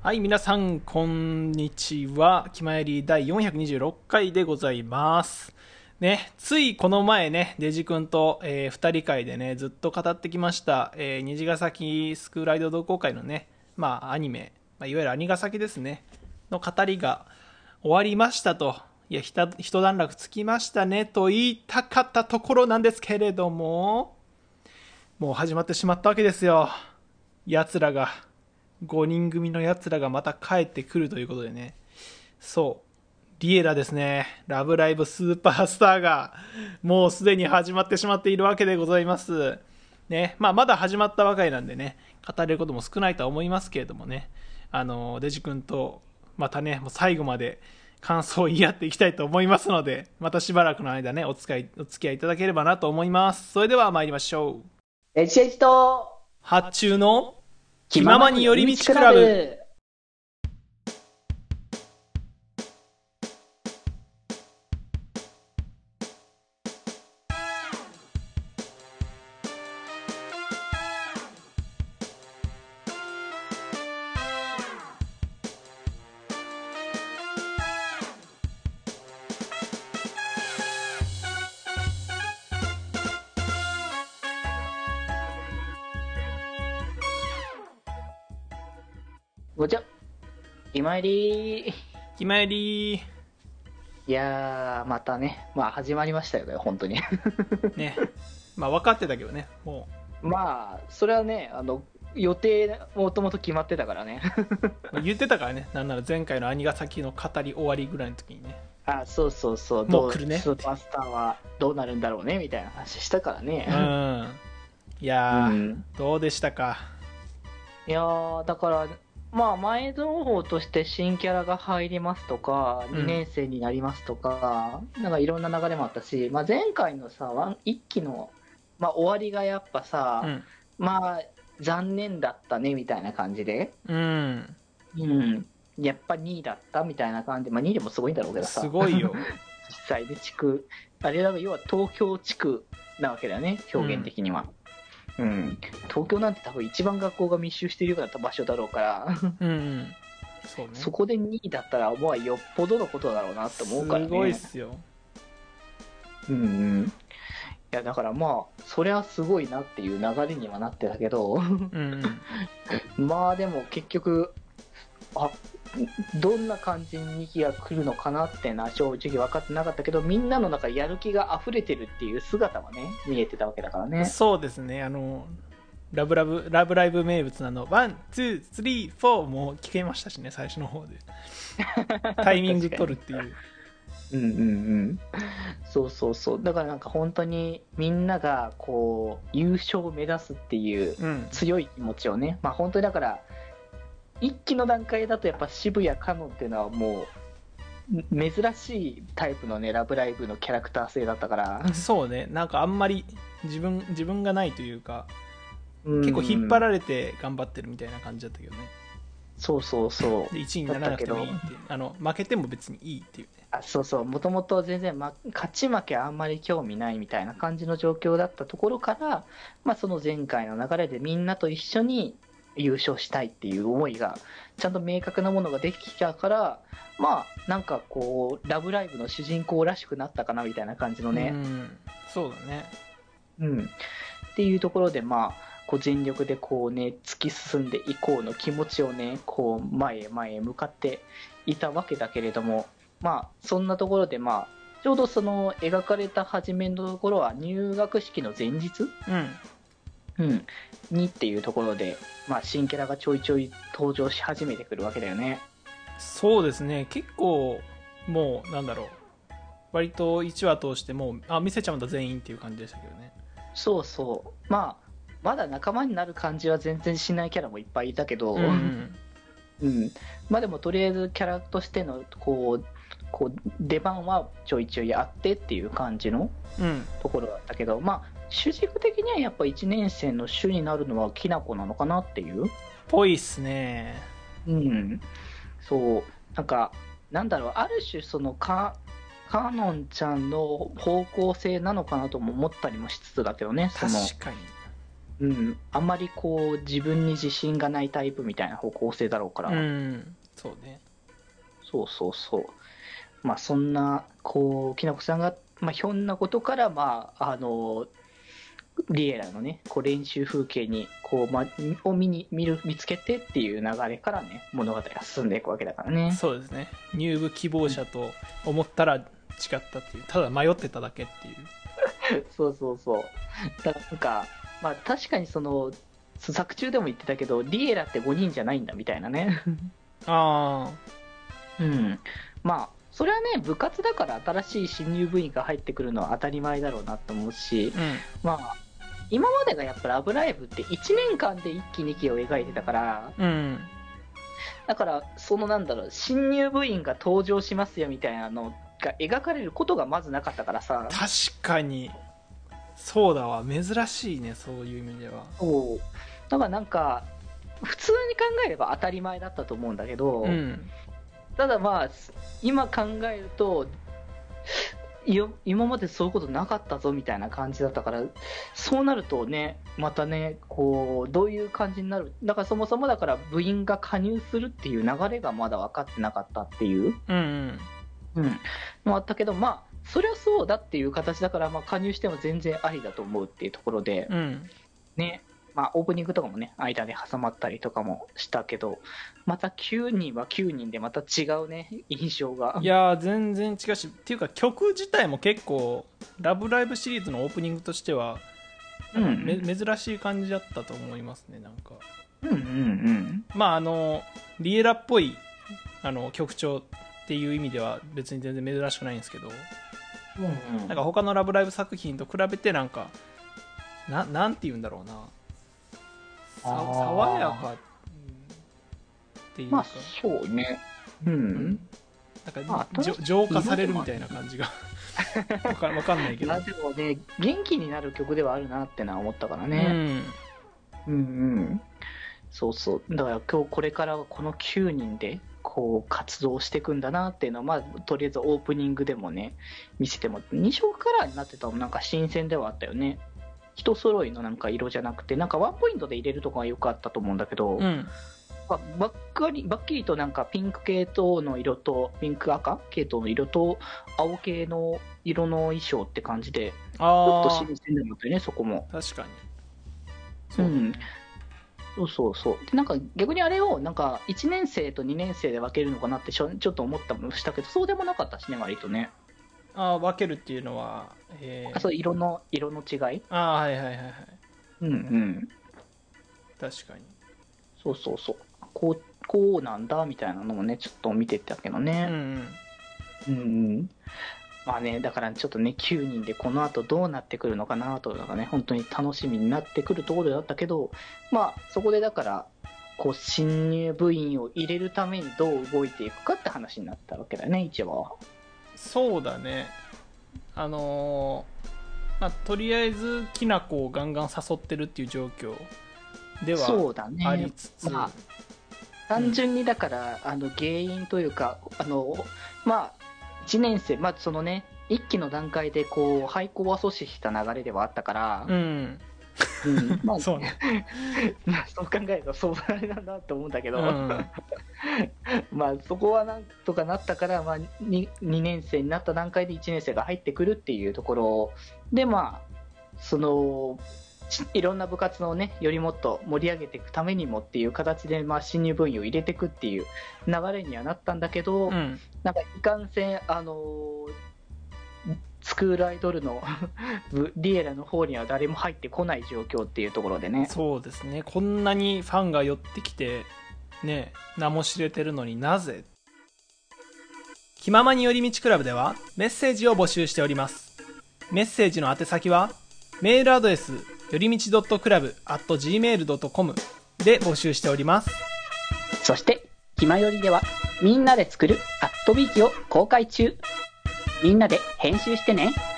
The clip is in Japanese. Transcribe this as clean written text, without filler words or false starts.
はい、皆さん、こんにちは。気まより第426回でございます。ね、ついこの前ね、デジ君と、二人会でね、ずっと語ってきました、虹ヶ崎スクールアイドル同好会のね、アニメ、いわゆるアニヶ崎ですね、の語りが終わりましたと。いや、一段落つきましたね、と言いたかったところなんですけれども、もう始まってしまったわけですよ。奴らが。5人組のやつらがまた帰ってくるということでね。そう。リエラですね。ラブライブスーパースターが、もうすでに始まってしまっているわけでございます。ね。まだ始まったばかりなんでね、語れることも少ないとは思いますけれどもね。デジ君と、またね、もう最後まで感想を言い合っていきたいと思いますので、またしばらくの間ね、お付き合いいただければなと思います。それでは参りましょう。 エチエチと発注の気気ままままに寄に寄りり道クラ道クラブ。 ブ。 ごちゃ、今入り。 気まより。 いやー、またね、まあ始まりましたよね、本当に。 ね。分かってたけどね。もまあ、それはね、予定、もともと決まってたからね。 う、言ってたからね。なんなら前回の兄ヶ崎の語り終わりぐらいの時にね。 あ、そうそうそう、 もう来るねって。 スーパースターはどうなるんだろうね、みたいな話したからうね。 ん。いうやん。 どうでしたか。 いやー、だから、まあ、前情報として新キャラが入りますとか、2 うん。 年生になりますとか、なんかいろんな流れもあったし、まあ、前回のさ、一期の、まあ、終わりがやっぱさ、 うん。 まあ、残念だったねみたいな感じで、 うん。 うん、やっぱ2位だったみたいな感じ、まあ、2位でもすごいんだろうけどすさ、 ごいよ。 実際で地区、あれだが要は東京地区なわけだよね、表現うん。 的には。うん、東京なんて多分一番学校が密集しているような場所だろうからうんうん。そうね。 そこで2位だったらもうよっぽどのことだろうなって思うからすごいっね。 すよ。 うんうん。いやだからまあそれはすごいなっていう流れにはなってたけどうんうん。 まあでも結局あどんな感じに2期が来るのかなってのは正直分かってなかったけど、みんなの中やる気が溢れてるっていう姿はね見えてたわけだからね。 そうですね。ラブライブ名物なの、ワン、ツー、スリー、フォーも聞けましたしね、最初の方で。タイミング確かに。 取るっていう。 うんうんうん。そうそうそう。だからなんか本当にみんながこう優勝を目指すっていううん。 強い気持ちをね、まあ本当にだから一期の段階だとやっぱ渋谷かのんっていうのはもう珍しいタイプのね、ラブライブのキャラクター性だったから。 そうね、なんかあんまり自分がないというか、 う結構引っ張ん。 られて頑張ってるみたいな感じだったけどね。 そうそうそで、1位にう。だならったけど、 なくてもいいっていう。負けても別にいいっていうね。 あ、そうそう、もともと全然、勝ち負けあんまり興味ないみたいな感じの状況だったところから、まあ、その前回の流れでみんなと一緒に優勝したいっていう思いが、ちゃんと明確なものができたから、まあ、なんかこう、ラブライブの主人公らしくなったかなみたいな感じのうね、 ん、そうだね。 うん。っていうところで、まあ、こう全力でこうね、突き進んでいこうの気持ちをね、こう前へ前へ向かっていたわけだけれども、まあ、そんなところで、まあ、ちょうどその描かれた初めのところは入学式の前日、 うん。 うん、にっていうところで、まあ、新キャラがちょいちょい登場し始めてくるわけだよね。 そうですね、結構、もう、なんだろう。割と1話通してもう、見せちゃうんだ全員っていう感じでしたけどね。 そうそう。まあ、まだ仲間になる感じは全然しないキャラもいっぱいいたけど、 うん。 うん、まあでもとりあえずキャラとしてのこう出番はちょいちょいあってっていう感じのうん。 ところだったけど、まあ主軸的にはやっぱ1年生の主になるのはきなこなのかなっていう、 ぽいっすね。 うん、そうなんかなんだろう、ある種そのカノンちゃんの方向性なのかなとも思ったりもしつつだけどね、その確かに。 うん、あんまりこう自分に自信がないタイプみたいな方向性だろうから、 そうね。 そうそうそう。まあそんな、こう、きなこさんが、まあひょんなことから、まあ、リエラのね、こう練習風景に、こう、を見つけてっていう流れからね、物語が進んでいくわけだからね。 そうですね。入部希望者と思ったら違ったっていう、ただ迷ってただけっていう。 そうそうそう。だからなんか、まあ確かにその、作中でも言ってたけど、リエラって5人じゃないんだみたいなね。 あうん。まあ、それはね、部活だから新しい新入部員が入ってくるのは当たり前だろうなと思うし、 あ、 まあ、今までがやっぱラブライブって1年間で1期2期を描いてたから、だからそのなんだろう、新入部員が登場しますよみたいなのが描かれることがまずなかったからさ。 確かにそうだわ、珍しいね、そういう意味では。 そうだからなんか普通に考えれば当たり前だったと思うんだけど、ただまあ今考えると今までそういうことなかったぞみたいな感じだったから、そうなるとね、またね、こうどういう感じになる、だからそもそもだから部員が加入するっていう流れがまだ分かってなかったっていう、のあったけど、まあそりゃそうだっていう形だから、まあ、加入しても全然ありだと思うっていうところで、ね、まあオープニングとかもね間で挟まったりとかもしたけど、また9人は9人でまた違うね印象が。 いやー全然違うし、っていうか曲自体も結構ラブライブシリーズのオープニングとしては、珍しい感じだったと思いますね。なんかまあリエラっぽい曲調っていう意味では別に全然珍しくないんですけど、なんか他のラブライブ作品と比べてなんかなんて言うんだろうな、爽やかっていうか、 まあそうね、なんか浄化されるみたいな感じがわかんないけど、 でもね元気になる曲ではあるなってのは思ったからね。そうそう、だから今日これからはこの9人でこう活動していくんだなっていうのは、まあとりあえずオープニングでもね見せても2色カラーになってたのなんか新鮮ではあったよね。人揃いのなんか色じゃなくて、なんかワンポイントで入れるとかはよかったと思うんだけど、ばっきりとなんかピンク系統の色とピンク赤系統の色と青系の色の衣装って感じで、ちょっと新鮮だったよね、そこも。 確かにそうでなんか逆にあれをなんか1年生と2年生で分けるのかなってちょっと思ったもしたけど、そうでもなかったしね、割とね。 分けるっていうのは、 そう色の違い。 はい確かにそうこうなんだみたいなのもねちょっと見てたけどね。まあね、だからちょっとね9人でこの後どうなってくるのかなとかね、本当に楽しみになってくるところだったけど、まあそこでだからこう新入部員を入れるためにどう動いていくかって話になったわけだよね、一話は。 そうだね。まあ、とりあえずきな粉をガンガン誘ってるっていう状況ではありつつ、 まあ、単純にだから、原因というかまあ1年生、まあそのね1期の段階でこう廃校は阻止した流れではあったから、まあそうねまあそう考えるとそうあれなんだと思うんだけど、まあそこはなんとかなったから、まあ、2年生になった段階で1年生が入ってくるっていうところで、まあそのいろんな部活のねよりもっと盛り上げていくためにもっていう形で、まあ、新入部員を入れていくっていう流れにはなったんだけど、なんかいかんせんスクールアイドルのリエラの方には誰も入ってこない状況っていうところでね。 そうですね、こんなにファンが寄ってきてね、名も知れてるのになぜ。気ままに寄り道クラブではメッセージを募集しております。メッセージの宛先はメールアドレスよりみち .club@gmail.com で募集しております。 そしてひまよりではみんなで作るアットビーキを公開中。みんなで編集してね。